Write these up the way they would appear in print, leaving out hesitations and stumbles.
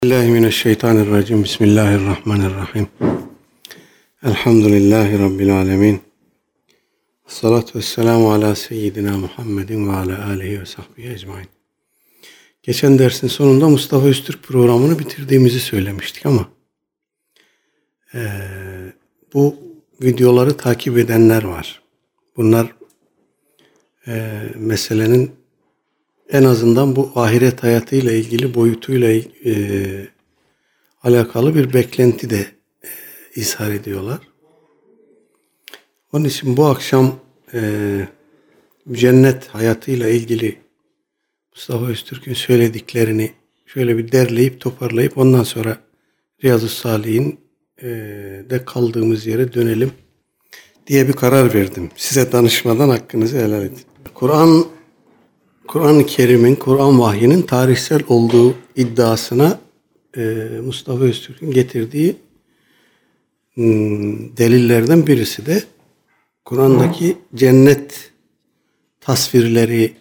Bismillahirrahmanirrahim. Bismillahirrahmanirrahim. Elhamdülillahi Rabbil alemin. Salatu vesselamu ala seyyidina Muhammedin ve ala alihi ve sahbihi ecmain. Geçen dersin sonunda Mustafa Öztürk programını bitirdiğimizi söylemiştik ama bu videoları takip edenler var. Bunlar meselenin en azından bu ahiret hayatıyla ilgili boyutuyla alakalı bir beklenti de izhar ediyorlar. Onun için bu akşam cennet hayatıyla ilgili Mustafa Öztürk'ün söylediklerini şöyle bir derleyip toparlayıp ondan sonra Riyadü's-Sâlihîn de kaldığımız yere dönelim diye bir karar verdim. Size danışmadan hakkınızı helal edin. Kur'an-ı Kerim'in, Kur'an vahyinin tarihsel olduğu iddiasına Mustafa Öztürk'ün getirdiği delillerden birisi de Kur'an'daki cennet tasvirleri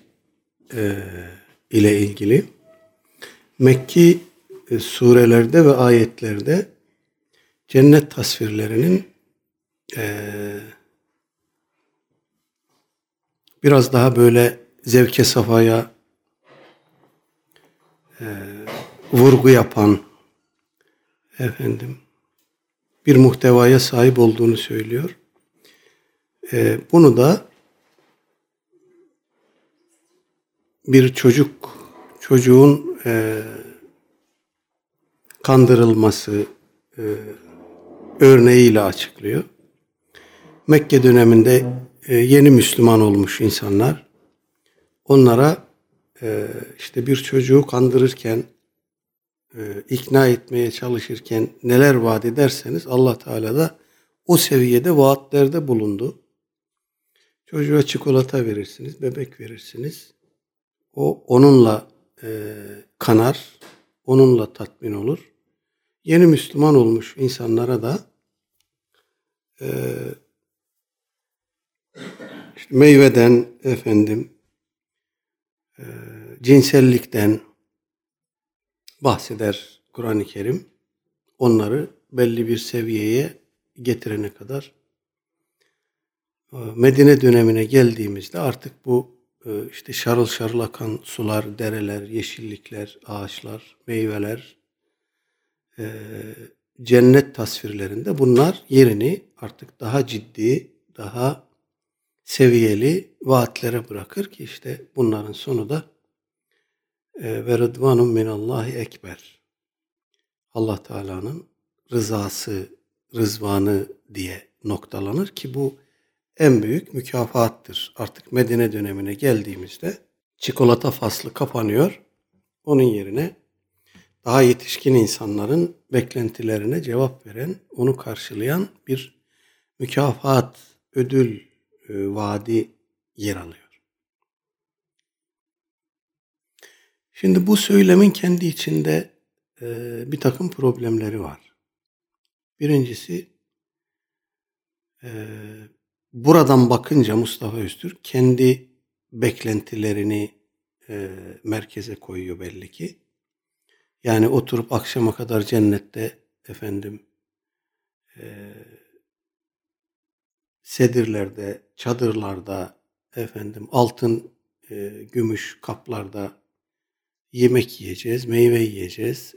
ile ilgili. Mekki surelerde ve ayetlerde cennet tasvirlerinin biraz daha böyle zevke safhaya vurgu yapan bir muhtevaya sahip olduğunu söylüyor. Bunu da bir çocuğun kandırılması örneğiyle açıklıyor. Mekke döneminde yeni Müslüman olmuş insanlar, onlara işte bir çocuğu kandırırken, ikna etmeye çalışırken neler vaat ederseniz Allah Teala da o seviyede vaatlerde bulundu. Çocuğa çikolata verirsiniz, bebek verirsiniz. O onunla kanar, onunla tatmin olur. Yeni Müslüman olmuş insanlara da işte meyveden, cinsellikten bahseder Kur'an-ı Kerim. Onları belli bir seviyeye getirene kadar. Medine dönemine geldiğimizde artık bu işte şarıl şarıl akan sular, dereler, yeşillikler, ağaçlar, meyveler, cennet tasvirlerinde bunlar yerini artık daha ciddi, daha seviyeli vaatlere bırakır ki işte bunların sonu da ve rıdvanun minallahi ekber. Allah Teala'nın rızası, rızvanı diye noktalanır ki bu en büyük mükafattır. Artık Medine dönemine geldiğimizde çikolata faslı kapanıyor. Onun yerine daha yetişkin insanların beklentilerine cevap veren, onu karşılayan bir mükafat, ödül vaadi yer alıyor. Şimdi bu söylemin kendi içinde bir takım problemleri var. Birincisi, buradan bakınca Mustafa Öztürk kendi beklentilerini merkeze koyuyor belli ki. Yani oturup akşama kadar cennette sedirlerde, çadırlarda, altın, gümüş kaplarda yemek yiyeceğiz, meyve yiyeceğiz,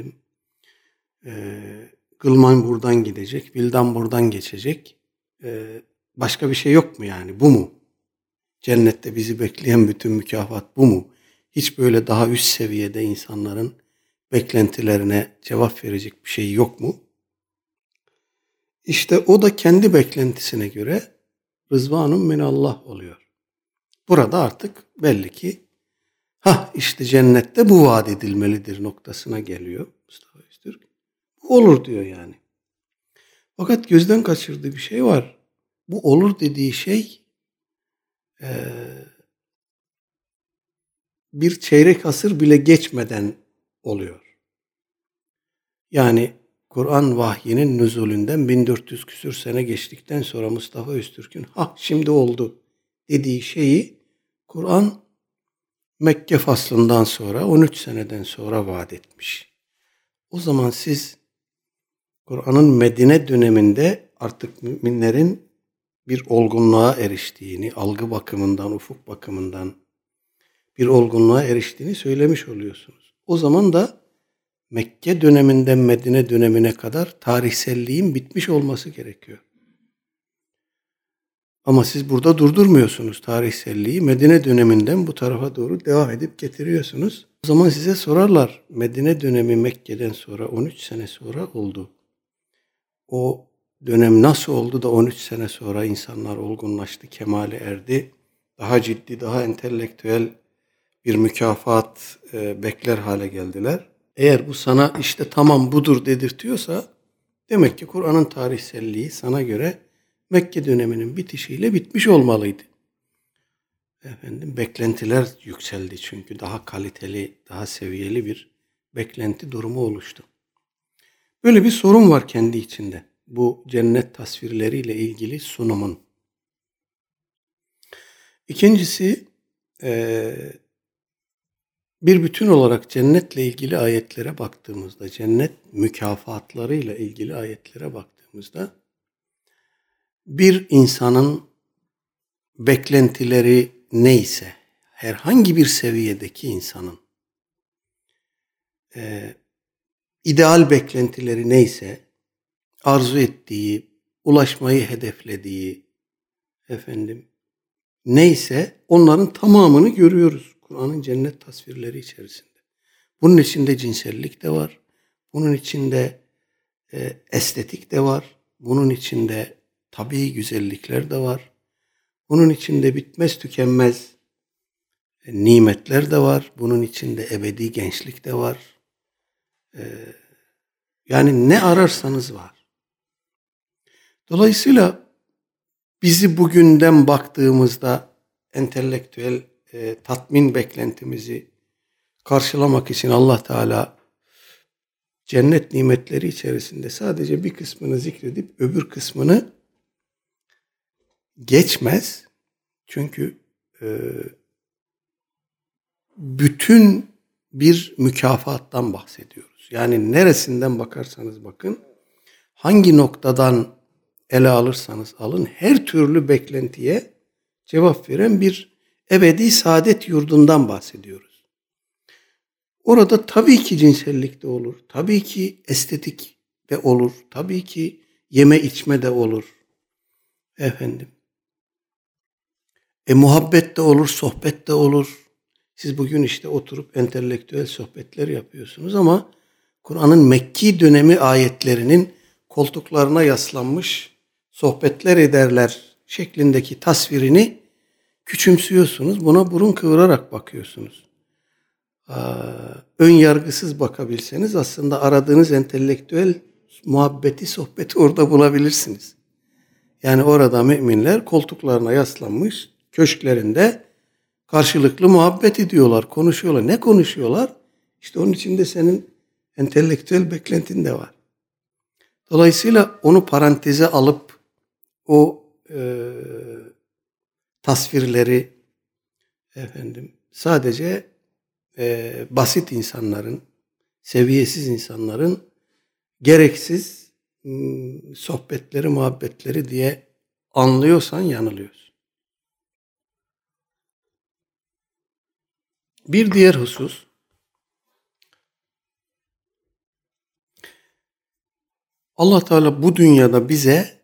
Gılman buradan gidecek, Vildan buradan geçecek. Başka bir şey yok mu yani? Bu mu? Cennette bizi bekleyen bütün mükafat bu mu? Hiç böyle daha üst seviyede insanların beklentilerine cevap verecek bir şey yok mu? İşte o da kendi beklentisine göre rızvanun minallah oluyor. Burada artık belli ki işte cennette bu vaat edilmelidir noktasına geliyor Mustafa Öztürk. Bu olur diyor yani. Fakat gözden kaçırdığı bir şey var. Bu olur dediği şey bir çeyrek asır bile geçmeden oluyor. Yani Kur'an vahyinin nüzulünden 1400 küsür sene geçtikten sonra Mustafa Öztürk'ün şimdi oldu dediği şeyi Kur'an Mekke faslından sonra 13 seneden sonra vaat etmiş. O zaman siz Kur'an'ın Medine döneminde artık müminlerin bir olgunluğa eriştiğini, algı bakımından, ufuk bakımından bir olgunluğa eriştiğini söylemiş oluyorsunuz. O zaman da Mekke döneminden Medine dönemine kadar tarihselliğin bitmiş olması gerekiyor. Ama siz burada durdurmuyorsunuz tarihselliği. Medine döneminden bu tarafa doğru devam edip getiriyorsunuz. O zaman size sorarlar. Medine dönemi Mekke'den sonra 13 sene sonra oldu. O dönem nasıl oldu da 13 sene sonra insanlar olgunlaştı, kemale erdi. Daha ciddi, daha entelektüel bir mükafat bekler hale geldiler. Eğer bu sana işte tamam budur dedirtiyorsa demek ki Kur'an'ın tarihselliği sana göre Mekke döneminin bitişiyle bitmiş olmalıydı. Beklentiler yükseldi çünkü daha kaliteli, daha seviyeli bir beklenti durumu oluştu. Böyle bir sorun var kendi içinde. Bu cennet tasvirleriyle ilgili sunumun. İkincisi, bir bütün olarak cennetle ilgili ayetlere baktığımızda, cennet mükafatlarıyla ilgili ayetlere baktığımızda, bir insanın beklentileri neyse, herhangi bir seviyedeki insanın ideal beklentileri neyse, arzu ettiği, ulaşmayı hedeflediği, neyse onların tamamını görüyoruz Kur'an'ın cennet tasvirleri içerisinde. Bunun içinde cinsellik de var, bunun içinde estetik de var, bunun içinde tabii güzellikler de var, bunun içinde bitmez tükenmez nimetler de var, bunun içinde ebedi gençlik de var. Yani ne ararsanız var. Dolayısıyla bizi bugünden baktığımızda entelektüel tatmin beklentimizi karşılamak için Allah Teala cennet nimetleri içerisinde sadece bir kısmını zikredip öbür kısmını geçmez. Çünkü bütün bir mükafattan bahsediyoruz. Yani neresinden bakarsanız bakın, hangi noktadan ele alırsanız alın, her türlü beklentiye cevap veren bir ebedi saadet yurdundan bahsediyoruz. Orada tabii ki cinsellik de olur, tabii ki estetik de olur, tabii ki yeme içme de olur. Muhabbet de olur, sohbet de olur. Siz bugün işte oturup entelektüel sohbetler yapıyorsunuz ama Kur'an'ın Mekki dönemi ayetlerinin koltuklarına yaslanmış sohbetler ederler şeklindeki tasvirini küçümsüyorsunuz. Buna burun kıvırarak bakıyorsunuz. Ön yargısız bakabilseniz aslında aradığınız entelektüel muhabbeti, sohbeti orada bulabilirsiniz. Yani orada müminler koltuklarına yaslanmış, köşklerinde karşılıklı muhabbet ediyorlar, konuşuyorlar. Ne konuşuyorlar? İşte onun içinde senin entelektüel beklentin de var. Dolayısıyla onu paranteze alıp o tasvirleri sadece basit insanların, seviyesiz insanların gereksiz sohbetleri, muhabbetleri diye anlıyorsan yanılıyorsun. Bir diğer husus, Allah Teala bu dünyada bize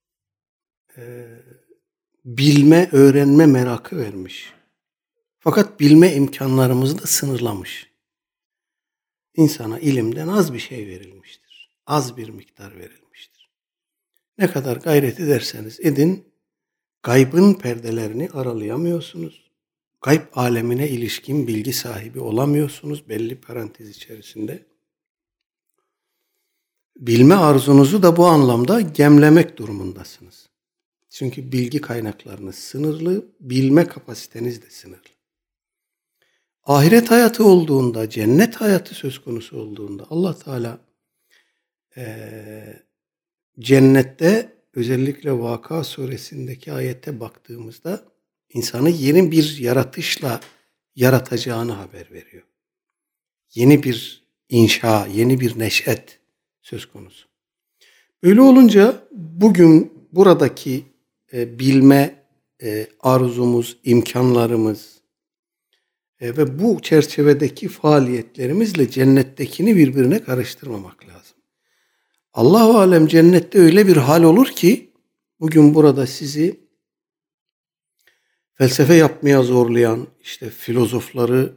bilme, öğrenme merakı vermiş. Fakat bilme imkanlarımızı da sınırlamış. İnsana ilimden az bir şey verilmiştir. Az bir miktar verilmiştir. Ne kadar gayret ederseniz edin, gaybın perdelerini aralayamıyorsunuz. Gayb alemine ilişkin bilgi sahibi olamıyorsunuz belli parantez içerisinde. Bilme arzunuzu da bu anlamda gemlemek durumundasınız. Çünkü bilgi kaynaklarınız sınırlı, bilme kapasiteniz de sınırlı. Ahiret hayatı olduğunda, cennet hayatı söz konusu olduğunda Allah Teala cennette özellikle Vaka suresindeki ayete baktığımızda insanı yeni bir yaratışla yaratacağını haber veriyor. Yeni bir inşa, yeni bir neşet söz konusu. Öyle olunca bugün buradaki bilme arzumuz, imkanlarımız ve bu çerçevedeki faaliyetlerimizle cennettekini birbirine karıştırmamak lazım. Allah-u Alem cennette öyle bir hal olur ki bugün burada sizi felsefe yapmaya zorlayan, işte filozofları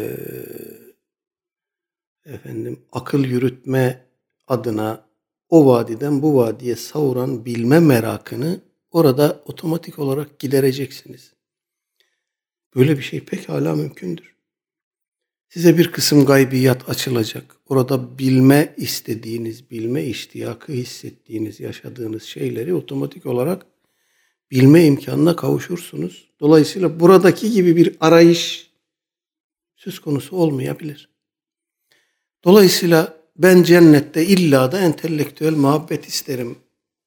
akıl yürütme adına o vadiden bu vadiye savuran bilme merakını orada otomatik olarak gidereceksiniz. Böyle bir şey pekala mümkündür. Size bir kısım gaybiyat açılacak. Orada bilme istediğiniz, bilme iştiyakı hissettiğiniz, yaşadığınız şeyleri otomatik olarak bilme imkanına kavuşursunuz. Dolayısıyla buradaki gibi bir arayış söz konusu olmayabilir. Dolayısıyla ben cennette illa da entelektüel muhabbet isterim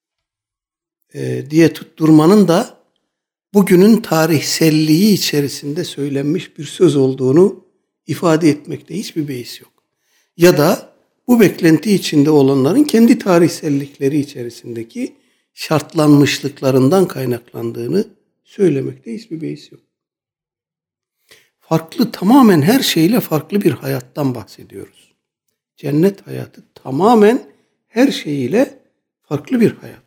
diye tutturmanın da bugünün tarihselliği içerisinde söylenmiş bir söz olduğunu ifade etmekte hiçbir beis yok. Ya da bu beklenti içinde olanların kendi tarihsellikleri içerisindeki şartlanmışlıklarından kaynaklandığını söylemekte hiçbir beis yok. Farklı, tamamen her şeyle farklı bir hayattan bahsediyoruz. Cennet hayatı tamamen her şeyiyle farklı bir hayat.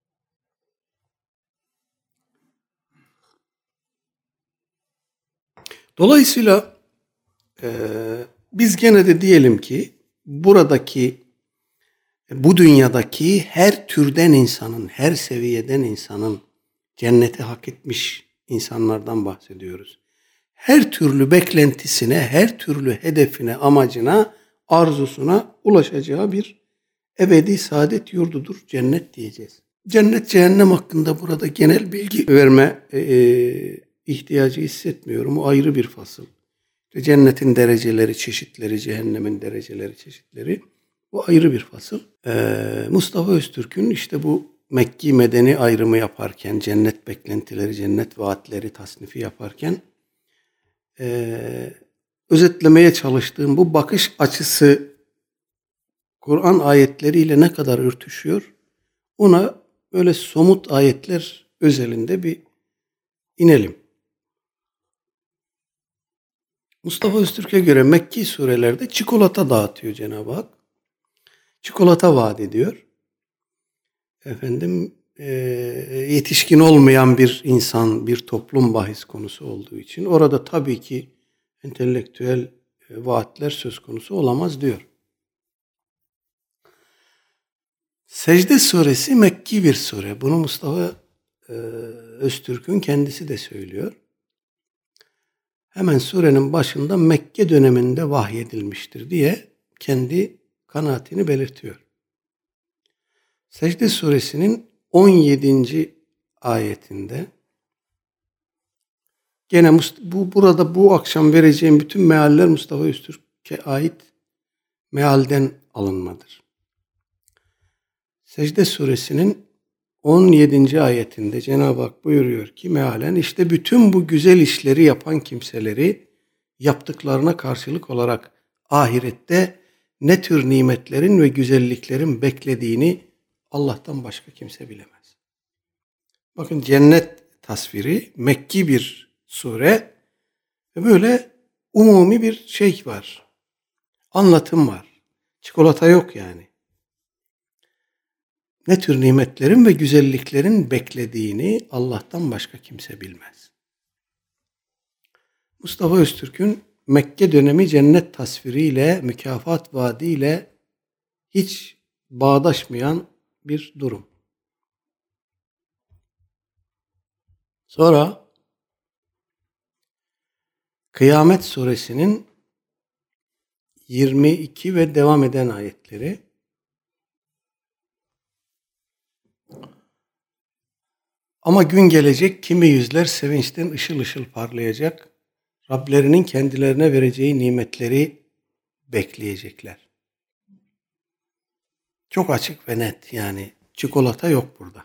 Dolayısıyla biz gene de diyelim ki buradaki, bu dünyadaki her türden insanın, her seviyeden insanın cenneti hak etmiş insanlardan bahsediyoruz. Her türlü beklentisine, her türlü hedefine, amacına, arzusuna ulaşacağı bir ebedi saadet yurdudur. Cennet diyeceğiz. Cennet, cehennem hakkında burada genel bilgi verme ihtiyacı hissetmiyorum. O ayrı bir fasıl. İşte cennetin dereceleri, çeşitleri, cehennemin dereceleri, çeşitleri. O ayrı bir fasıl. Mustafa Öztürk'ün işte bu Mekki Medeni ayrımı yaparken, cennet beklentileri, cennet vaatleri tasnifi yaparken özetlemeye çalıştığım bu bakış açısı Kur'an ayetleriyle ne kadar örtüşüyor? Ona böyle somut ayetler özelinde bir inelim. Mustafa Öztürk'e göre Mekki surelerde çikolata dağıtıyor Cenab-ı Hak. Çikolata vaat ediyor. Yetişkin olmayan bir insan, bir toplum bahis konusu olduğu için orada tabii ki entelektüel vaatler söz konusu olamaz diyor. Secde suresi Mekki bir sure. Bunu Mustafa Öztürk'ün kendisi de söylüyor. Hemen surenin başında Mekke döneminde vahyedilmiştir diye kendi kanaatini belirtiyor. Secde suresinin 17. ayetinde gene burada bu akşam vereceğim bütün mealler Mustafa Öztürk'e ait mealden alınmadır. Secde suresinin 17. ayetinde Cenab-ı Hak buyuruyor ki mealen işte bütün bu güzel işleri yapan kimseleri yaptıklarına karşılık olarak ahirette ne tür nimetlerin ve güzelliklerin beklediğini Allah'tan başka kimse bilemez. Bakın cennet tasviri Mekki bir sure ve böyle umumi bir şey var. Anlatım var. Çikolata yok yani. Ne tür nimetlerin ve güzelliklerin beklediğini Allah'tan başka kimse bilmez. Mustafa Öztürk'ün Mekke dönemi cennet tasviriyle, mükafat vaadiyle hiç bağdaşmayan bir durum. Sonra Kıyamet suresinin 22 ve devam eden ayetleri. Ama gün gelecek kimi yüzler sevinçten ışıl ışıl parlayacak, Rablerinin kendilerine vereceği nimetleri bekleyecekler. Çok açık ve net, yani çikolata yok burada.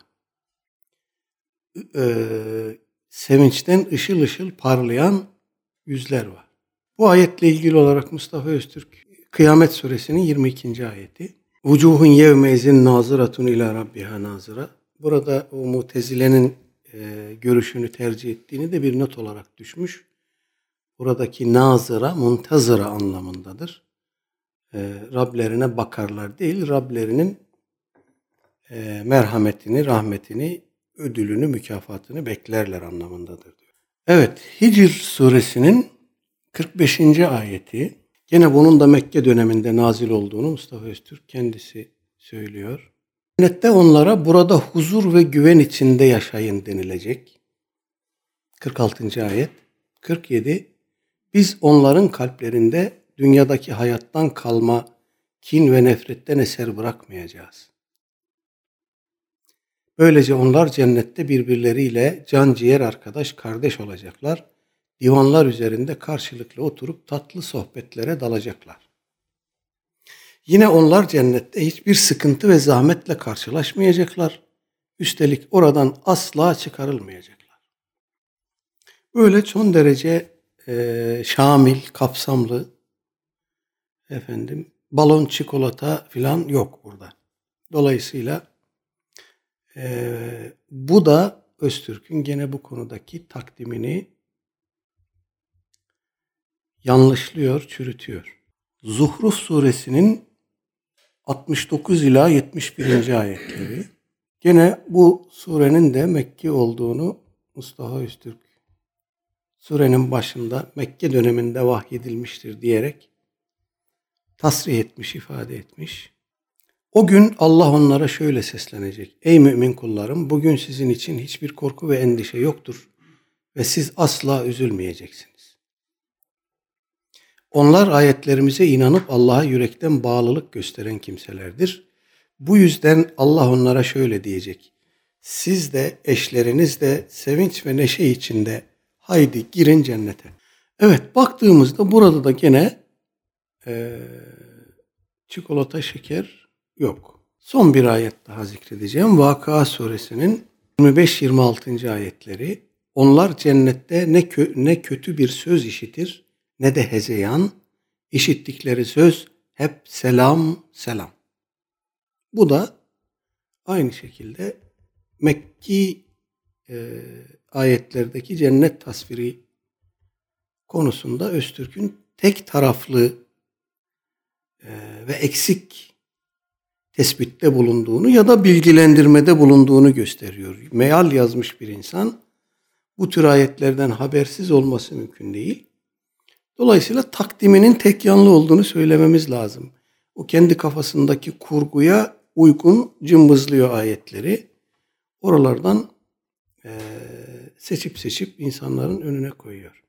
Sevinçten ışıl ışıl parlayan yüzler var. Bu ayetle ilgili olarak Mustafa Öztürk Kıyamet suresinin 22. ayeti. Vucuhun yevmeyzin nazıratun ila rabbiha nazıra. Burada o Mutezile'nin görüşünü tercih ettiğini de bir not olarak düşmüş. Buradaki nazıra, muntazıra anlamındadır. Rablerine bakarlar değil, Rablerinin merhametini, rahmetini, ödülünü, mükafatını beklerler anlamındadır diyor. Evet, Hicr suresinin 45. ayeti. Gene bunun da Mekke döneminde nazil olduğunu Mustafa Öztürk kendisi söylüyor. Cennette onlara burada huzur ve güven içinde yaşayın denilecek. 46. ayet. 47. Biz onların kalplerinde dünyadaki hayattan kalma kin ve nefretten eser bırakmayacağız. Böylece onlar cennette birbirleriyle can ciğer arkadaş kardeş olacaklar. Divanlar üzerinde karşılıklı oturup tatlı sohbetlere dalacaklar. Yine onlar cennette hiçbir sıkıntı ve zahmetle karşılaşmayacaklar. Üstelik oradan asla çıkarılmayacaklar. Böyle son derece şamil, kapsamlı, balon çikolata falan yok burada. Dolayısıyla bu da Öztürk'ün gene bu konudaki takdimini yanlışlıyor, çürütüyor. Zuhruf suresinin 69 ila 71. ayetleri. Gene bu surenin de Mekke olduğunu Mustafa Öztürk surenin başında Mekke döneminde vahyedilmiştir diyerek tasrih etmiş, ifade etmiş. O gün Allah onlara şöyle seslenecek. Ey mümin kullarım, bugün sizin için hiçbir korku ve endişe yoktur ve siz asla üzülmeyeceksiniz. Onlar ayetlerimize inanıp Allah'a yürekten bağlılık gösteren kimselerdir. Bu yüzden Allah onlara şöyle diyecek. Siz de eşleriniz de sevinç ve neşe içinde haydi girin cennete. Evet, baktığımızda burada da gene çikolata şeker yok. Son bir ayet daha zikredeceğim. Vakıa suresinin 25-26. ayetleri. Onlar cennette ne kötü bir söz işitir ne de hezeyan. İşittikleri söz hep selam selam. Bu da aynı şekilde Mekki ayetlerdeki cennet tasviri konusunda Öztürk'ün tek taraflı ve eksik tespitte bulunduğunu ya da bilgilendirmede bulunduğunu gösteriyor. Meal yazmış bir insan bu tür ayetlerden habersiz olması mümkün değil. Dolayısıyla takdiminin tek yanlı olduğunu söylememiz lazım. O kendi kafasındaki kurguya uygun cımbızlıyor ayetleri. Oralardan seçip insanların önüne koyuyor.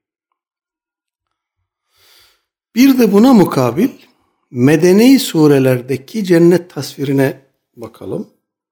Bir de buna mukabil medeni surelerdeki cennet tasvirine bakalım.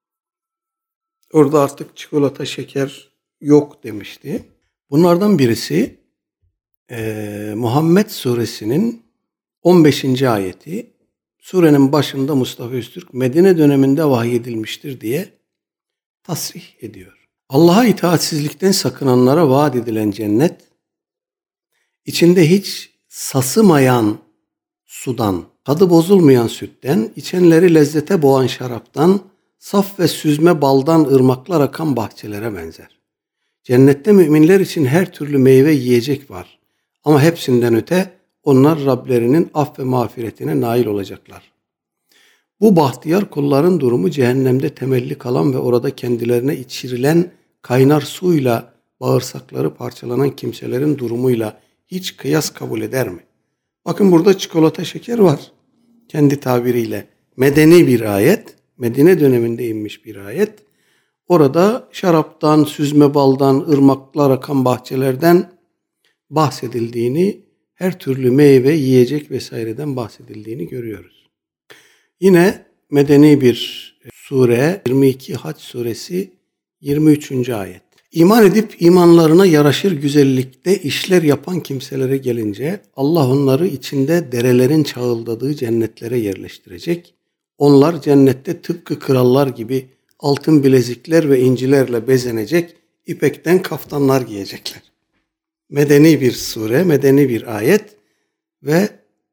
Orada artık çikolata, şeker yok demişti. Bunlardan birisi Muhammed suresinin 15. ayeti. Surenin başında Mustafa Öztürk Medine döneminde vahyedilmiştir diye tasrih ediyor. Allah'a itaatsizlikten sakınanlara vaat edilen cennet, içinde hiç sasımayan sudan, tadı bozulmayan sütten, içenleri lezzete boğan şaraptan, saf ve süzme baldan ırmaklar akan bahçelere benzer. Cennette müminler için her türlü meyve yiyecek var. Ama hepsinden öte onlar Rablerinin af ve mağfiretine nail olacaklar. Bu bahtiyar kulların durumu cehennemde temelli kalan ve orada kendilerine içirilen kaynar suyla bağırsakları parçalanan kimselerin durumuyla hiç kıyas kabul eder mi? Bakın burada çikolata şeker var. Kendi tabiriyle medeni bir ayet, Medine döneminde inmiş bir ayet. Orada şaraptan, süzme baldan, ırmaklar akan bahçelerden bahsedildiğini, her türlü meyve, yiyecek vesaireden bahsedildiğini görüyoruz. Yine medeni bir sure 22 Hac suresi 23. ayet. İman edip imanlarına yaraşır güzellikte işler yapan kimselere gelince Allah onları içinde derelerin çağıldadığı cennetlere yerleştirecek. Onlar cennette tıpkı krallar gibi altın bilezikler ve incilerle bezenecek, ipekten kaftanlar giyecekler. Medeni bir sure, medeni bir ayet ve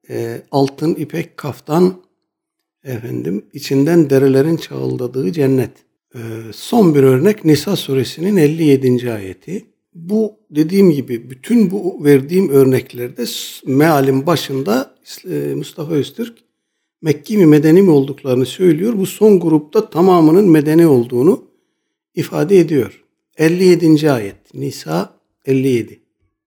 altın ipek kaftan, içinden derelerin çağıldadığı cennet. Son bir örnek Nisa suresinin 57. ayeti. Bu dediğim gibi bütün bu verdiğim örneklerde mealin başında Mustafa Öztürk Mekki mi Medeni mi olduklarını söylüyor. Bu son grupta tamamının Medeni olduğunu ifade ediyor. 57. ayet Nisa 57.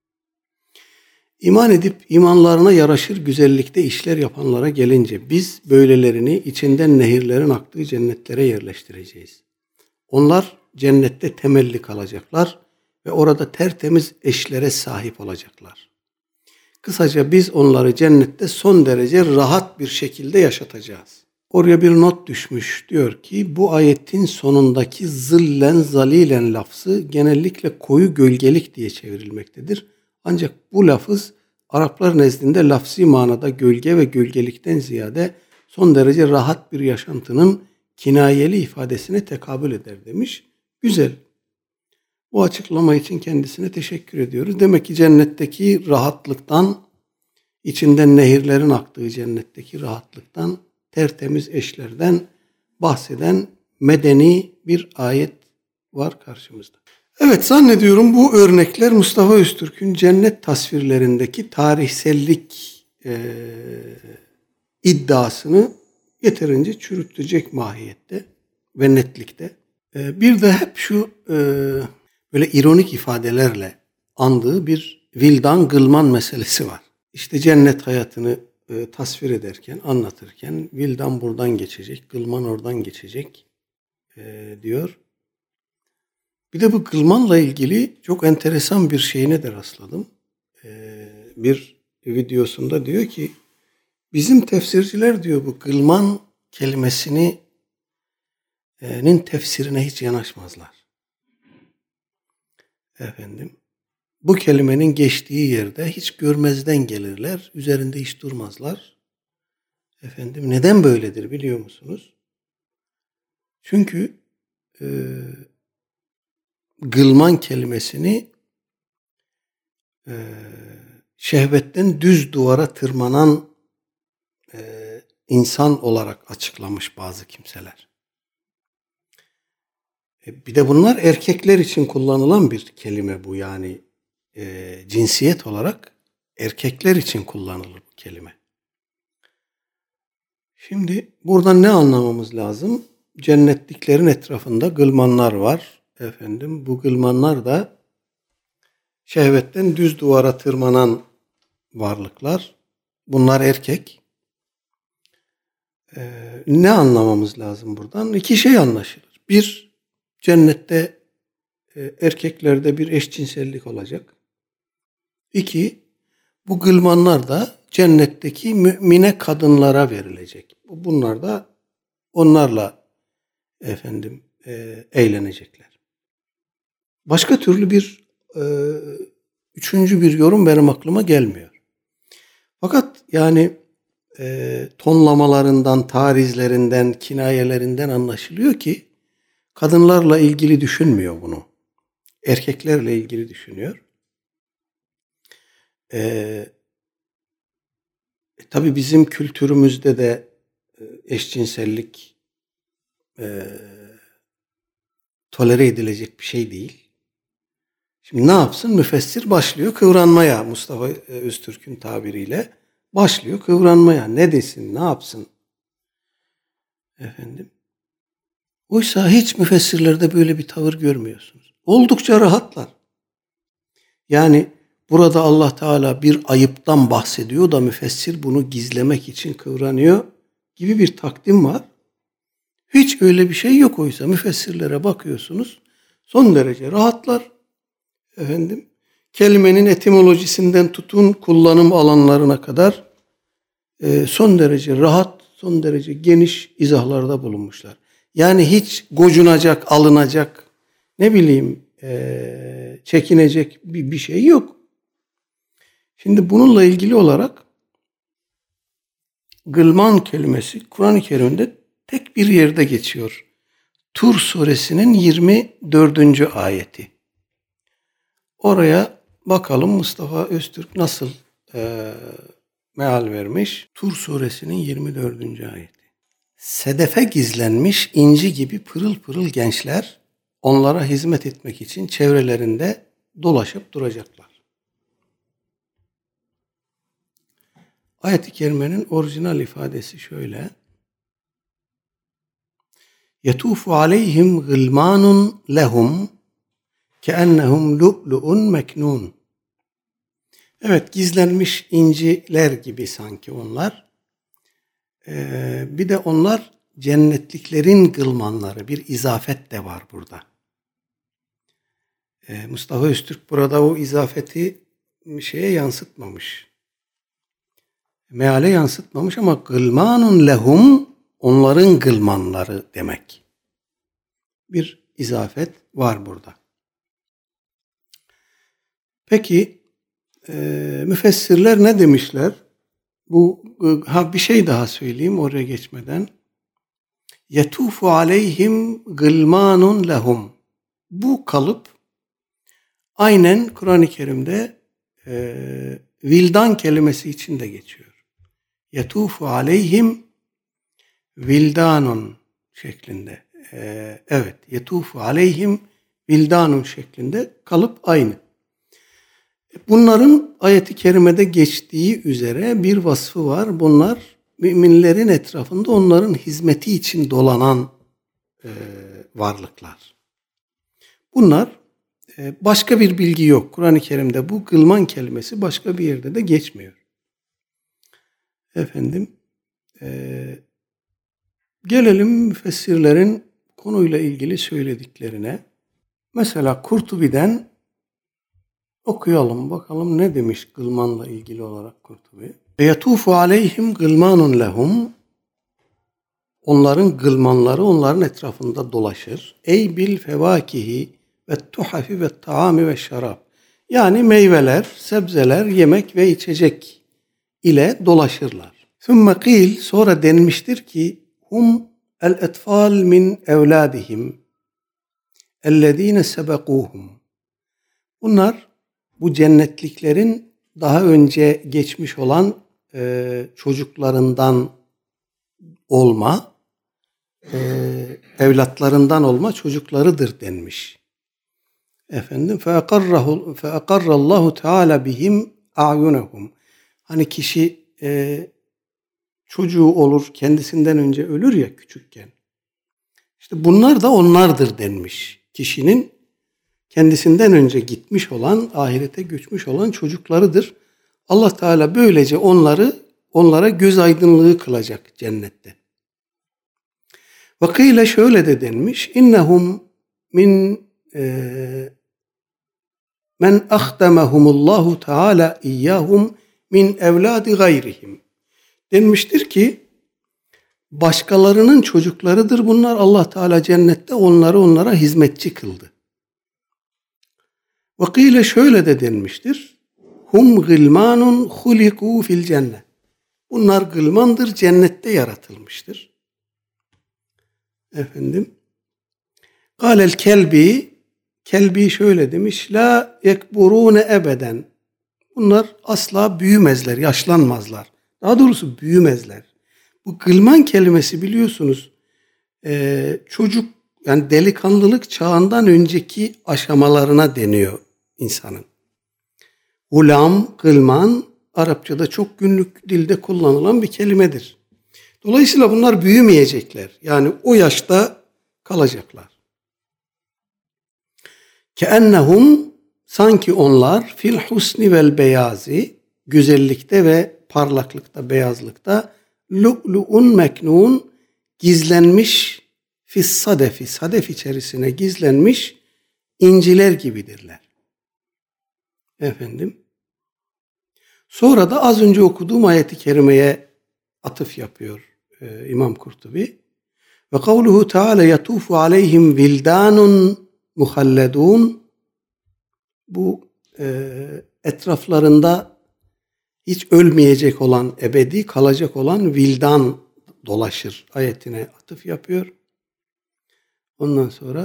İman edip imanlarına yaraşır güzellikte işler yapanlara gelince biz böylelerini içinden nehirlerin aktığı cennetlere yerleştireceğiz. Onlar cennette temelli kalacaklar ve orada tertemiz eşlere sahip olacaklar. Kısaca biz onları cennette son derece rahat bir şekilde yaşatacağız. Oraya bir not düşmüş, diyor ki bu ayetin sonundaki zillen zalilen lafzı genellikle koyu gölgelik diye çevrilmektedir. Ancak bu lafız Araplar nezdinde lafzi manada gölge ve gölgelikten ziyade son derece rahat bir yaşantının kinayeli ifadesine tekabül eder demiş. Güzel. Bu açıklama için kendisine teşekkür ediyoruz. Demek ki cennetteki rahatlıktan, içinden nehirlerin aktığı cennetteki rahatlıktan, tertemiz eşlerden bahseden medeni bir ayet var karşımızda. Evet, zannediyorum bu örnekler Mustafa Öztürk'ün cennet tasvirlerindeki tarihsellik iddiasını yeterince çürütecek mahiyette ve netlikte. Bir de hep şu böyle ironik ifadelerle andığı bir vildan gılman meselesi var. İşte cennet hayatını tasvir ederken, anlatırken vildan buradan geçecek, gılman oradan geçecek diyor. Bir de bu gılmanla ilgili çok enteresan bir şeyine de rastladım. Bir videosunda diyor ki bizim tefsirciler diyor bu gılman kelimesinin tefsirine hiç yanaşmazlar. Bu kelimenin geçtiği yerde hiç görmezden gelirler, üzerinde hiç durmazlar. Neden böyledir biliyor musunuz? Çünkü gılman kelimesini şehvetten düz duvara tırmanan insan olarak açıklamış bazı kimseler. Bir de bunlar erkekler için kullanılan bir kelime bu, yani cinsiyet olarak erkekler için kullanılır bu kelime. Şimdi buradan ne anlamamız lazım? Cennetliklerin etrafında gılmanlar var. Bu gılmanlar da şehvetten düz duvara tırmanan varlıklar. Bunlar erkek. Ne anlamamız lazım buradan? İki şey anlaşılır. Bir, cennette erkeklerde bir eşcinsellik olacak. İki, bu gılmanlar da cennetteki mümine kadınlara verilecek. Bunlar da onlarla eğlenecekler. Başka türlü bir üçüncü bir yorum benim aklıma gelmiyor. Fakat yani tonlamalarından, tarizlerinden, kinayelerinden anlaşılıyor ki kadınlarla ilgili düşünmüyor bunu. Erkeklerle ilgili düşünüyor. Tabii bizim kültürümüzde de eşcinsellik tolere edilecek bir şey değil. Şimdi ne yapsın? Müfessir başlıyor kıvranmaya, Mustafa Öztürk'ün tabiriyle. Başlıyor kıvranmaya. Ne desin, ne yapsın? Oysa hiç müfessirlerde böyle bir tavır görmüyorsunuz. Oldukça rahatlar. Yani burada Allah Teala bir ayıptan bahsediyor da müfessir bunu gizlemek için kıvranıyor gibi bir takdim var. Hiç öyle bir şey yok oysa. Müfessirlere bakıyorsunuz. Son derece rahatlar. Kelimenin etimolojisinden tutun kullanım alanlarına kadar son derece rahat, son derece geniş izahlarda bulunmuşlar. Yani hiç gocunacak, alınacak, çekinecek bir şey yok. Şimdi bununla ilgili olarak gılman kelimesi Kur'an-ı Kerim'de tek bir yerde geçiyor. Tur suresinin 24. ayeti. Oraya bakalım Mustafa Öztürk nasıl meal vermiş. Tur suresinin 24. ayeti. Sedefe gizlenmiş inci gibi pırıl pırıl gençler onlara hizmet etmek için çevrelerinde dolaşıp duracaklar. Ayet-i kerimenin orijinal ifadesi şöyle. Yetufu aleyhim gılmanun lehum keennehum lu'lu'un meknun. Evet, gizlenmiş inciler gibi sanki onlar. Bir de onlar cennetliklerin gılmanları, bir izafet de var burada. Mustafa Öztürk burada o izafeti yansıtmamış. Meale yansıtmamış ama gılmanun lehum, onların gılmanları demek. Bir izafet var burada. Peki müfessirler ne demişler? Bir şey daha söyleyeyim oraya geçmeden. Yetufu aleyhim gılmanun lehum. Bu kalıp aynen Kur'an-ı Kerim'de vildan kelimesi için de geçiyor. Yetufu aleyhim vildanun şeklinde. Evet, yetufu aleyhim vildanun şeklinde kalıp aynı. Bunların ayet-i kerimede geçtiği üzere bir vasfı var. Bunlar müminlerin etrafında onların hizmeti için dolanan varlıklar. Bunlar başka bir bilgi yok. Kur'an-ı Kerim'de bu gılman kelimesi başka bir yerde de geçmiyor. Gelelim müfessirlerin konuyla ilgili söylediklerine. Mesela Kurtubi'den okuyalım bakalım ne demiş gılmanla ilgili olarak Kurtubi. Yetufu aleyhim gılmanun lehum. Onların gılmanları onların etrafında dolaşır. Ey bil fevakihi ve tuhafi ve taami ve şarab. Yani meyveler, sebzeler, yemek ve içecek ile dolaşırlar. Sümme qil, sonra denmiştir ki hum el etfal min evladihim ellezine sebekuhum. Bunlar bu cennetliklerin daha önce geçmiş olan çocuklarından olma, evlatlarından olma çocuklarıdır denmiş. Feakarrallahu Teala bihim a'yunehum. Hani kişi çocuğu olur, kendisinden önce ölür ya küçükken. İşte bunlar da onlardır denmiş. Kişinin kendisinden önce gitmiş olan, ahirete göçmüş olan çocuklarıdır. Allah Teala böylece onlara göz aydınlığı kılacak cennette. Vakıyla şöyle de denmiş. İnnehum min men ahdemehumullahu Teala iyyahum min evladi gayrihim. Denmiştir ki başkalarının çocuklarıdır bunlar. Allah Teala cennette onlara hizmetçi kıldı. Vakıyla şöyle de denmiştir. Hum gılmanun huliku fil cennet. Bunlar gılmandır, cennette yaratılmıştır. Kâlel Kelbi şöyle demiş. La yekburune ebeden. Bunlar asla büyümezler, yaşlanmazlar. Daha doğrusu büyümezler. Bu gılman kelimesi biliyorsunuz çocuk yani delikanlılık çağından önceki aşamalarına deniyor insanın. Gulam, gılman Arapçada çok günlük dilde kullanılan bir kelimedir. Dolayısıyla bunlar büyümeyecekler. Yani o yaşta kalacaklar. Keennehum sanki onlar fil husni vel beyazi güzellikte ve parlaklıkta, beyazlıkta lu'lu'un meknun gizlenmiş fis sadefi, sadef içerisine gizlenmiş inciler gibidirler. Sonra da az önce okuduğum ayeti kerimeye atıf yapıyor İmam Kurtubi. Ve kavluhu Teala yatufu aleyhim vildanun muhalledun. Bu etraflarında hiç ölmeyecek olan, ebedi kalacak olan vildan dolaşır ayetine atıf yapıyor. Ondan sonra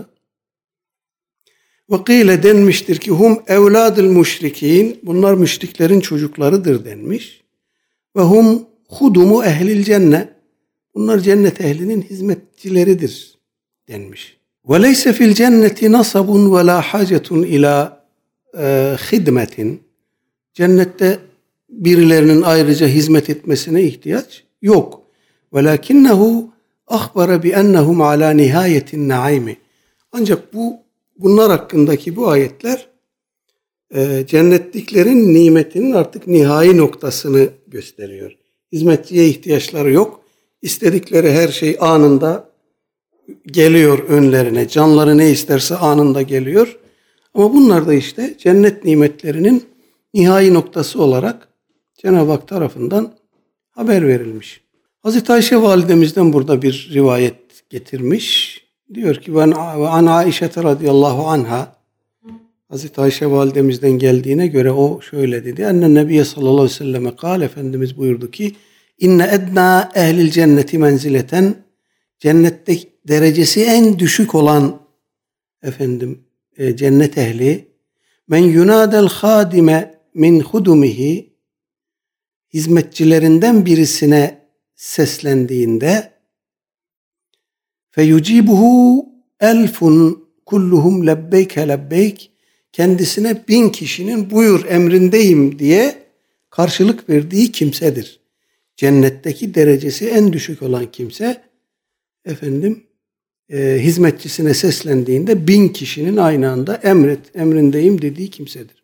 vakile denmiştir ki hum evladül müşrikin, bunlar müşriklerin çocuklarıdır denmiş. Ve hum hudumu ehlil cennet. Bunlar cennet ehlinin hizmetçileridir denmiş. Ve leyse fil cenneti nasabun ve la hacetun ila hidmetin. Cennette birilerinin ayrıca hizmet etmesine ihtiyaç yok. Velakinnehu akhbara bi ennehum ala nihayetin naimi. Ancak bunlar hakkındaki bu ayetler cennetliklerin nimetinin artık nihai noktasını gösteriyor. Hizmetçiye ihtiyaçları yok. İstedikleri her şey anında geliyor önlerine. Canları ne isterse anında geliyor. Ama bunlar da işte cennet nimetlerinin nihai noktası olarak Cenab-ı Hak tarafından haber verilmiş. Hazreti Ayşe validemizden burada bir rivayet getirmiş. Diyor ki ve an Aişe radıyallahu anha, Hazreti Ayşe validemizden geldiğine göre o şöyle dedi. Ennen Nebiye sallallahu aleyhi ve selleme kâle, Efendimiz buyurdu ki inne edna ehlil cenneti menzileten, cennette derecesi en düşük olan cennet ehli, men yunadel hadime min hudumihi, hizmetçilerinden birisine seslendiğinde feyucibuhu elfun kulluhum lebbeyke lebbeyk, kendisine 1000 kişinin buyur emrindeyim diye karşılık verdiği kimsedir. Cennetteki derecesi en düşük olan kimse hizmetçisine seslendiğinde 1000 kişinin aynı anda emrindeyim dediği kimsedir.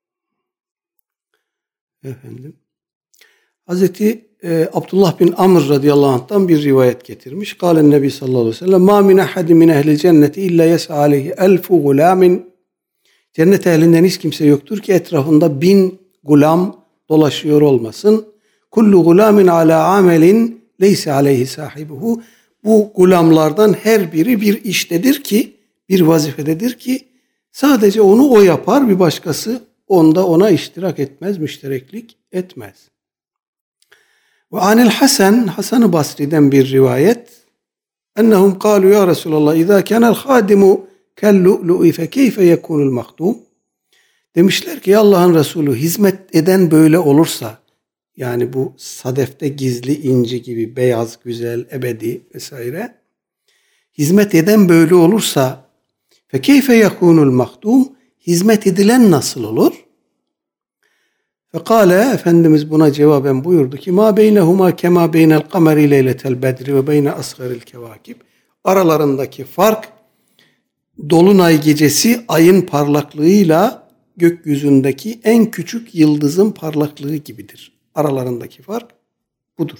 Hazreti Abdullah bin Amr radıyallahu anh'tan bir rivayet getirmiş. Kâlen Nebi sallallahu aleyhi ve sellem mâ min ahadin min ehlil cenneti illa yes'a aleyhi elfu gulâmin. Cennet ehlinden hiç kimse yoktur ki etrafında 1000 gulam dolaşıyor olmasın. Kullu gulâmin alâ amelin leyse aleyhi sahibuhu. Bu gulamlardan her biri bir iştedir ki, bir vazifededir ki sadece onu o yapar, bir başkası ona iştirak etmez, müştereklik etmez. Ve anil Hasan-ı Basri'den bir rivayet. Ennehum kâlu ya Resulallah izâ kânel hâdimu kellu'lu'i fe keyfe yekunul mahdum. Demişler ki Allah'ın Resulü, hizmet eden böyle olursa, yani bu sadefte gizli inci gibi beyaz, güzel, ebedi vesaire, hizmet eden böyle olursa fe keyfe yekunul mahdum, hizmet edilen nasıl olur? Fekale, Efendimiz buna cevaben buyurdu ki ma beynehuma kema beynel kameri leyletel bedri ve beyne asgaril kevakib. Aralarındaki fark dolunay gecesi ayın parlaklığıyla gökyüzündeki en küçük yıldızın parlaklığı gibidir. Aralarındaki fark budur.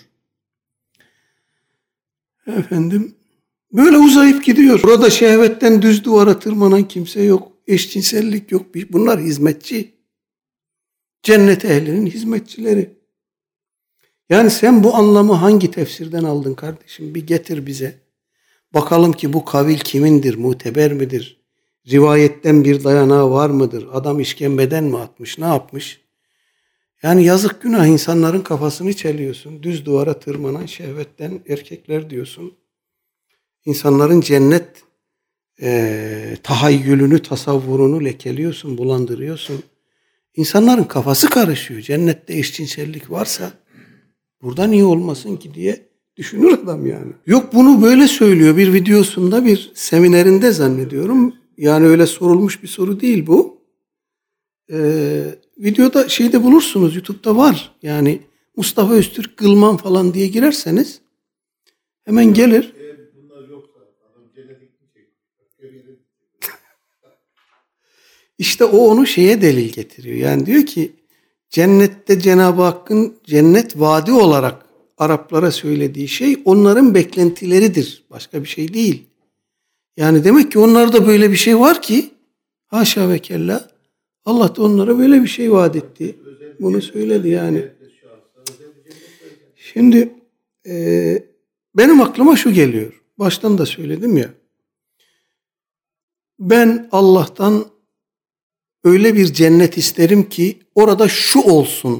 Böyle uzayıp gidiyor. Burada şehvetten düz duvara tırmanan kimse yok. Eşcinsellik yok. Bunlar hizmetçi. Cennet ehlinin hizmetçileri. Yani sen bu anlamı hangi tefsirden aldın kardeşim? Bir getir bize. Bakalım ki bu kavil kimindir? Muteber midir? Rivayetten bir dayanağı var mıdır? Adam işkembeden mi atmış? Ne yapmış? Yani yazık günah, insanların kafasını çeliyorsun. Düz duvara tırmanan şehvetten erkekler diyorsun. İnsanların cennet tahayyülünü, tasavvurunu lekeliyorsun, bulandırıyorsun. İnsanların kafası karışıyor. Cennette eşcinsellik varsa burada niye olmasın ki diye düşünür adam yani. Yok, bunu böyle söylüyor bir videosunda, bir seminerinde zannediyorum. Yani öyle sorulmuş bir soru değil bu. Videoda şeyde bulursunuz, YouTube'da var. Yani Mustafa Öztürk Gılman falan diye girerseniz hemen gelir. Bunlar yoksa adam genetik mi çekiyor? İşte o onu şeye delil getiriyor. Yani diyor ki cennette Cenab-ı Hakk'ın cennet vaadi olarak Araplara söylediği şey onların beklentileridir. Başka bir şey değil. Yani demek ki onlarda böyle bir şey var ki haşa ve kella Allah da onlara böyle bir şey vaat etti. Bunu söyledi yani. Şimdi benim aklıma şu geliyor. Baştan da söyledim ya. Ben Allah'tan öyle bir cennet isterim ki orada şu olsun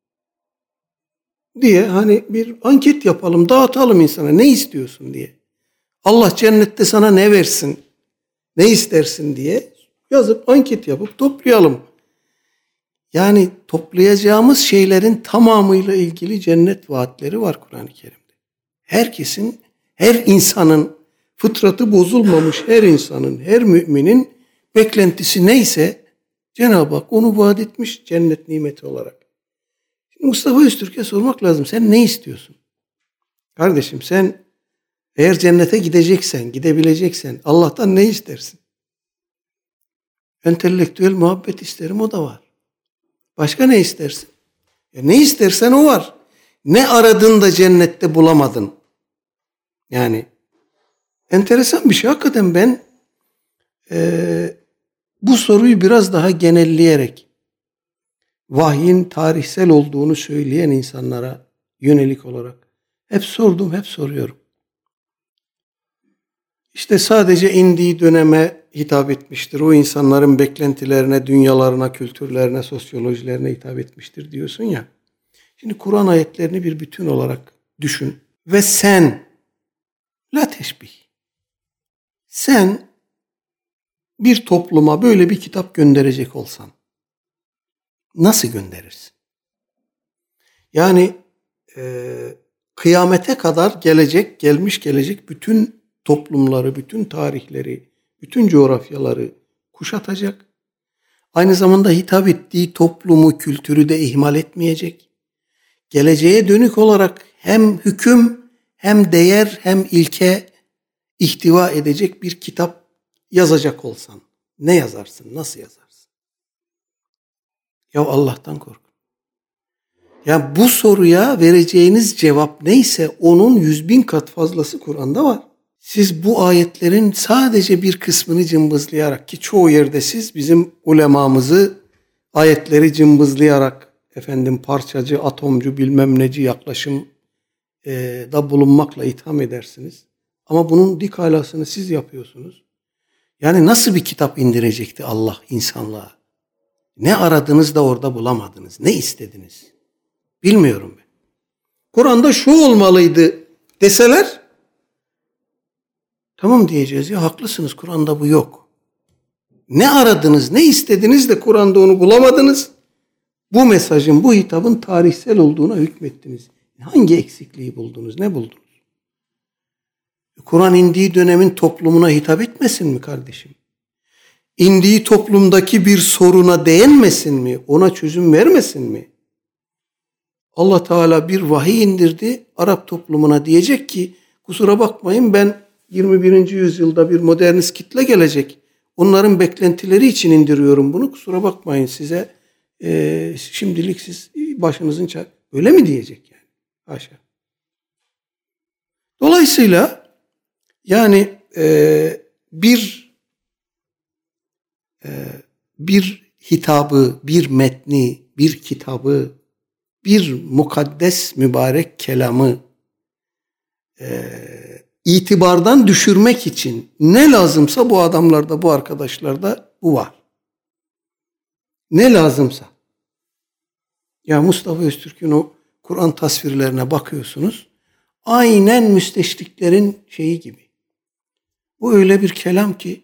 diye hani bir anket yapalım, dağıtalım insana ne istiyorsun diye. Allah cennette sana ne versin, ne istersin diye yazıp anket yapıp toplayalım. Yani toplayacağımız şeylerin tamamıyla ilgili cennet vaatleri var Kur'an-ı Kerim'de. Herkesin, her insanın, fıtratı bozulmamış her insanın, her müminin beklentisi neyse Cenab-ı Hak onu vaat etmiş cennet nimeti olarak. Şimdi Mustafa Öztürk'e sormak lazım. Sen ne istiyorsun? Kardeşim sen eğer cennete gideceksen, gidebileceksen Allah'tan ne istersin? Entelektüel muhabbet isterim, o da var. Başka ne istersin? Ne istersen o var. Ne aradın da cennette bulamadın? Yani enteresan bir şey. Hakikaten ben bu soruyu biraz daha genelleyerek vahyin tarihsel olduğunu söyleyen insanlara yönelik olarak hep sordum, hep soruyorum. İşte sadece indiği döneme hitap etmiştir. O insanların beklentilerine, dünyalarına, kültürlerine, sosyolojilerine hitap etmiştir diyorsun ya. Şimdi Kur'an ayetlerini bir bütün olarak düşün. Ve sen, la teşbih, sen bir topluma böyle bir kitap gönderecek olsan nasıl gönderirsin? Yani kıyamete kadar gelmiş gelecek bütün toplumları, bütün tarihleri, bütün coğrafyaları kuşatacak. Aynı zamanda hitap ettiği toplumu, kültürü de ihmal etmeyecek. Geleceğe dönük olarak hem hüküm, hem değer, hem ilke ihtiva edecek bir kitap yazacak olsan ne yazarsın, nasıl yazarsın? Ya Allah'tan korkun. Ya bu soruya vereceğiniz cevap neyse onun 100.000 kat fazlası Kur'an'da var. Siz bu ayetlerin sadece bir kısmını cımbızlayarak, ki çoğu yerde siz bizim ulemamızı ayetleri cımbızlayarak parçacı, atomcu, bilmem neci yaklaşım da bulunmakla itham edersiniz. Ama bunun dik alasını siz yapıyorsunuz. Yani nasıl bir kitap indirecekti Allah insanlığa? Ne aradınız da orada bulamadınız? Ne istediniz? Bilmiyorum ben. Kur'an'da şu olmalıydı deseler tamam diyeceğiz, ya haklısınız, Kur'an'da bu yok. Ne aradınız, ne istediniz de Kur'an'da onu bulamadınız? Bu mesajın, bu hitabın tarihsel olduğuna hükmettiniz. Hangi eksikliği buldunuz, ne buldunuz? Kur'an indiği dönemin toplumuna hitap etmesin mi kardeşim? İndiği toplumdaki bir soruna değinmesin mi? Ona çözüm vermesin mi? Allah Teala bir vahiy indirdi Arap toplumuna, diyecek ki kusura bakmayın, ben 21. yüzyılda bir modernist kitle gelecek. Onların beklentileri için indiriyorum bunu. Kusura bakmayın size. Şimdilik siz başınızın öyle mi diyecek yani? Haşa. Dolayısıyla yani bir hitabı, bir metni, bir kitabı, bir mukaddes mübarek kelamı itibardan düşürmek için ne lazımsa bu adamlarda, bu arkadaşlarda bu var. Ne lazımsa. Ya Mustafa Öztürk'ün o Kur'an tasvirlerine bakıyorsunuz. Aynen müsteşriklerin şeyi gibi. Bu öyle bir kelam ki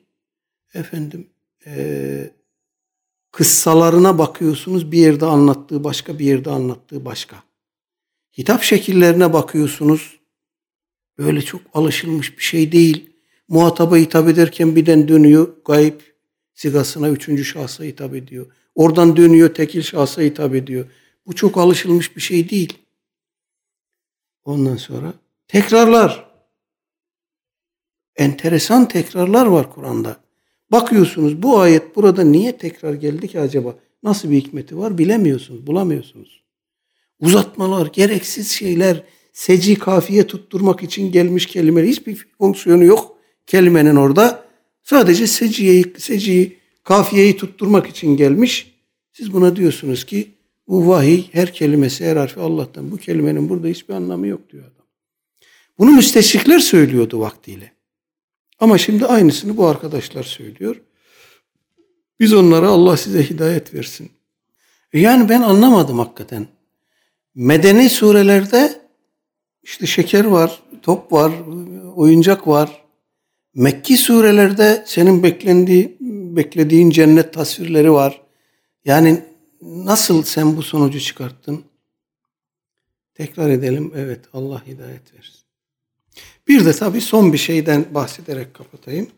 kıssalarına bakıyorsunuz, bir yerde anlattığı başka, bir yerde anlattığı başka. Hitap şekillerine bakıyorsunuz. Böyle çok alışılmış bir şey değil. Muhataba hitap ederken birden dönüyor gayb sigasına, üçüncü şahsa hitap ediyor. Oradan dönüyor tekil şahsa hitap ediyor. Bu çok alışılmış bir şey değil. Ondan sonra tekrarlar. Enteresan tekrarlar var Kur'an'da. Bakıyorsunuz bu ayet burada niye tekrar geldi ki acaba? Nasıl bir hikmeti var bilemiyorsunuz, bulamıyorsunuz. Uzatmalar, gereksiz şeyler, seci kafiye tutturmak için gelmiş kelimeler, hiçbir fonksiyonu yok kelimenin orada. Sadece seciyi, kafiyeyi tutturmak için gelmiş. Siz buna diyorsunuz ki bu vahiy, her kelimesi, her harfi Allah'tan. Bu kelimenin burada hiçbir anlamı yok diyor adam. Bunu müsteşrikler söylüyordu vaktiyle. Ama şimdi aynısını bu arkadaşlar söylüyor. Biz onlara Allah size hidayet versin. Yani ben anlamadım hakikaten. Medeni surelerde işte şeker var, top var, oyuncak var. Mekki surelerde senin beklediğin cennet tasvirleri var. Yani nasıl sen bu sonucu çıkarttın? Tekrar edelim. Evet, Allah hidayet versin. Bir de tabii son bir şeyden bahsederek kapatayım.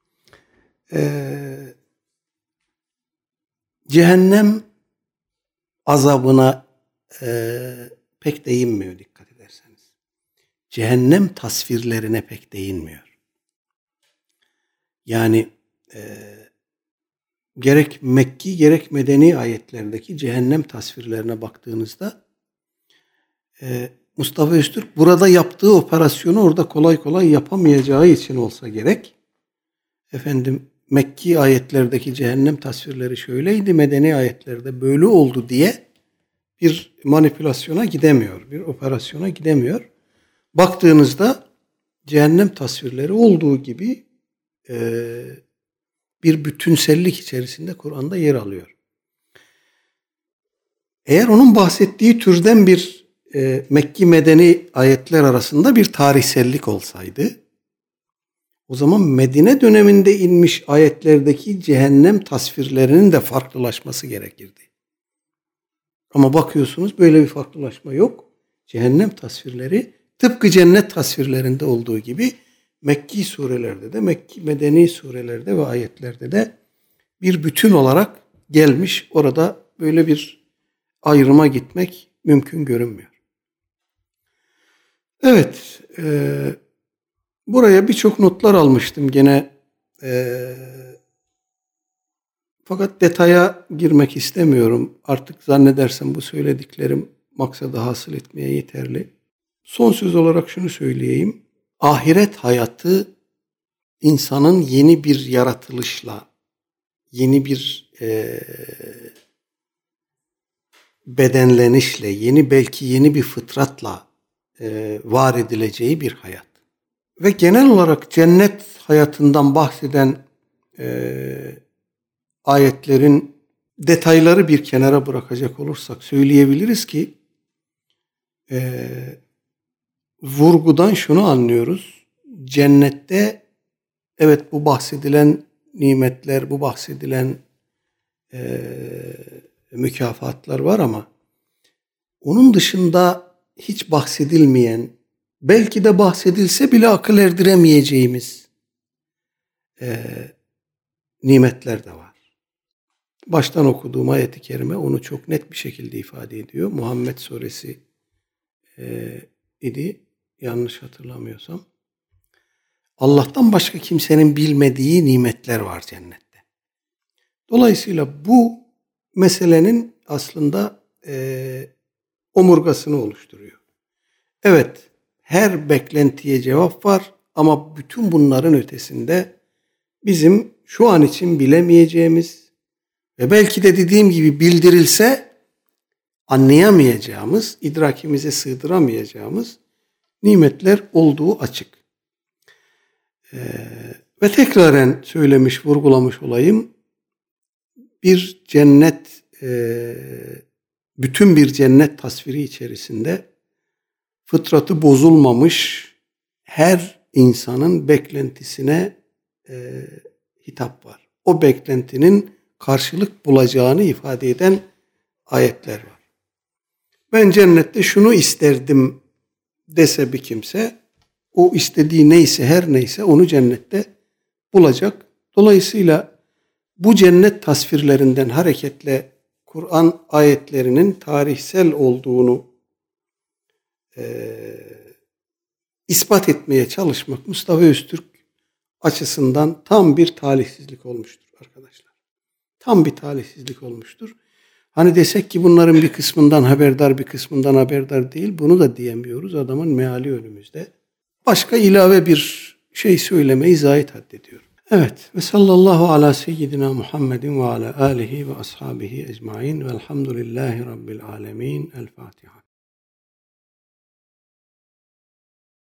Cehennem azabına pek değinmiyor dikkat ederseniz. Cehennem tasvirlerine pek değinmiyor. Yani gerek Mekki gerek Medeni ayetlerdeki cehennem tasvirlerine baktığınızda Mustafa Öztürk burada yaptığı operasyonu orada kolay kolay yapamayacağı için olsa gerek. Mekki ayetlerdeki cehennem tasvirleri şöyleydi, Medeni ayetlerde böyle oldu diye bir manipülasyona gidemiyor, bir operasyona gidemiyor. Baktığınızda cehennem tasvirleri olduğu gibi bir bütünsellik içerisinde Kur'an'da yer alıyor. Eğer onun bahsettiği türden bir Mekki Medeni ayetler arasında bir tarihsellik olsaydı, o zaman Medine döneminde inmiş ayetlerdeki cehennem tasvirlerinin de farklılaşması gerekirdi. Ama bakıyorsunuz böyle bir farklılaşma yok. Cehennem tasvirleri tıpkı cennet tasvirlerinde olduğu gibi Mekki surelerde de, Mekki Medeni surelerde ve ayetlerde de bir bütün olarak gelmiş. Orada böyle bir ayrıma gitmek mümkün görünmüyor. Evet, buraya birçok notlar almıştım gene. Fakat detaya girmek istemiyorum. Artık zannedersem bu söylediklerim maksadı hasıl etmeye yeterli. Son söz olarak şunu söyleyeyim. Ahiret hayatı insanın yeni bir yaratılışla, yeni bir bedenlenişle, belki yeni bir fıtratla var edileceği bir hayat. Ve genel olarak cennet hayatından bahseden ayetlerin detayları bir kenara bırakacak olursak söyleyebiliriz ki vurgudan şunu anlıyoruz. Cennette evet bu bahsedilen nimetler, bu bahsedilen mükafatlar var ama onun dışında hiç bahsedilmeyen, belki de bahsedilse bile akıl erdiremeyeceğimiz nimetler de var. Baştan okuduğum ayet-i kerime onu çok net bir şekilde ifade ediyor. Muhammed suresi idi, yanlış hatırlamıyorsam. Allah'tan başka kimsenin bilmediği nimetler var cennette. Dolayısıyla bu meselenin aslında omurgasını oluşturuyor. Evet, her beklentiye cevap var ama bütün bunların ötesinde bizim şu an için bilemeyeceğimiz ve belki de dediğim gibi bildirilse anlayamayacağımız, idrakimize sığdıramayacağımız nimetler olduğu açık. Ve tekraren söylemiş, vurgulamış olayım. Bir cennet, bütün bir cennet tasviri içerisinde fıtratı bozulmamış her insanın beklentisine hitap var. O beklentinin karşılık bulacağını ifade eden ayetler var. Ben cennette şunu isterdim dese bir kimse, o istediği neyse, her neyse onu cennette bulacak. Dolayısıyla bu cennet tasvirlerinden hareketle Kur'an ayetlerinin tarihsel olduğunu ispat etmeye çalışmak Mustafa Öztürk açısından tam bir talihsizlik olmuştur arkadaşlar. Tam bir talihsizlik olmuştur. Hani desek ki bunların bir kısmından haberdar, bir kısmından haberdar değil, bunu da diyemiyoruz. Adamın meali önümüzde. Başka ilave bir şey söylemeyi zahit haddediyorum. Evet. Ve sallallahu ala seyyidina Muhammedin ve ala alihi ve ashabihi ecmain velhamdülillahi rabbil alemin. El Fatiha.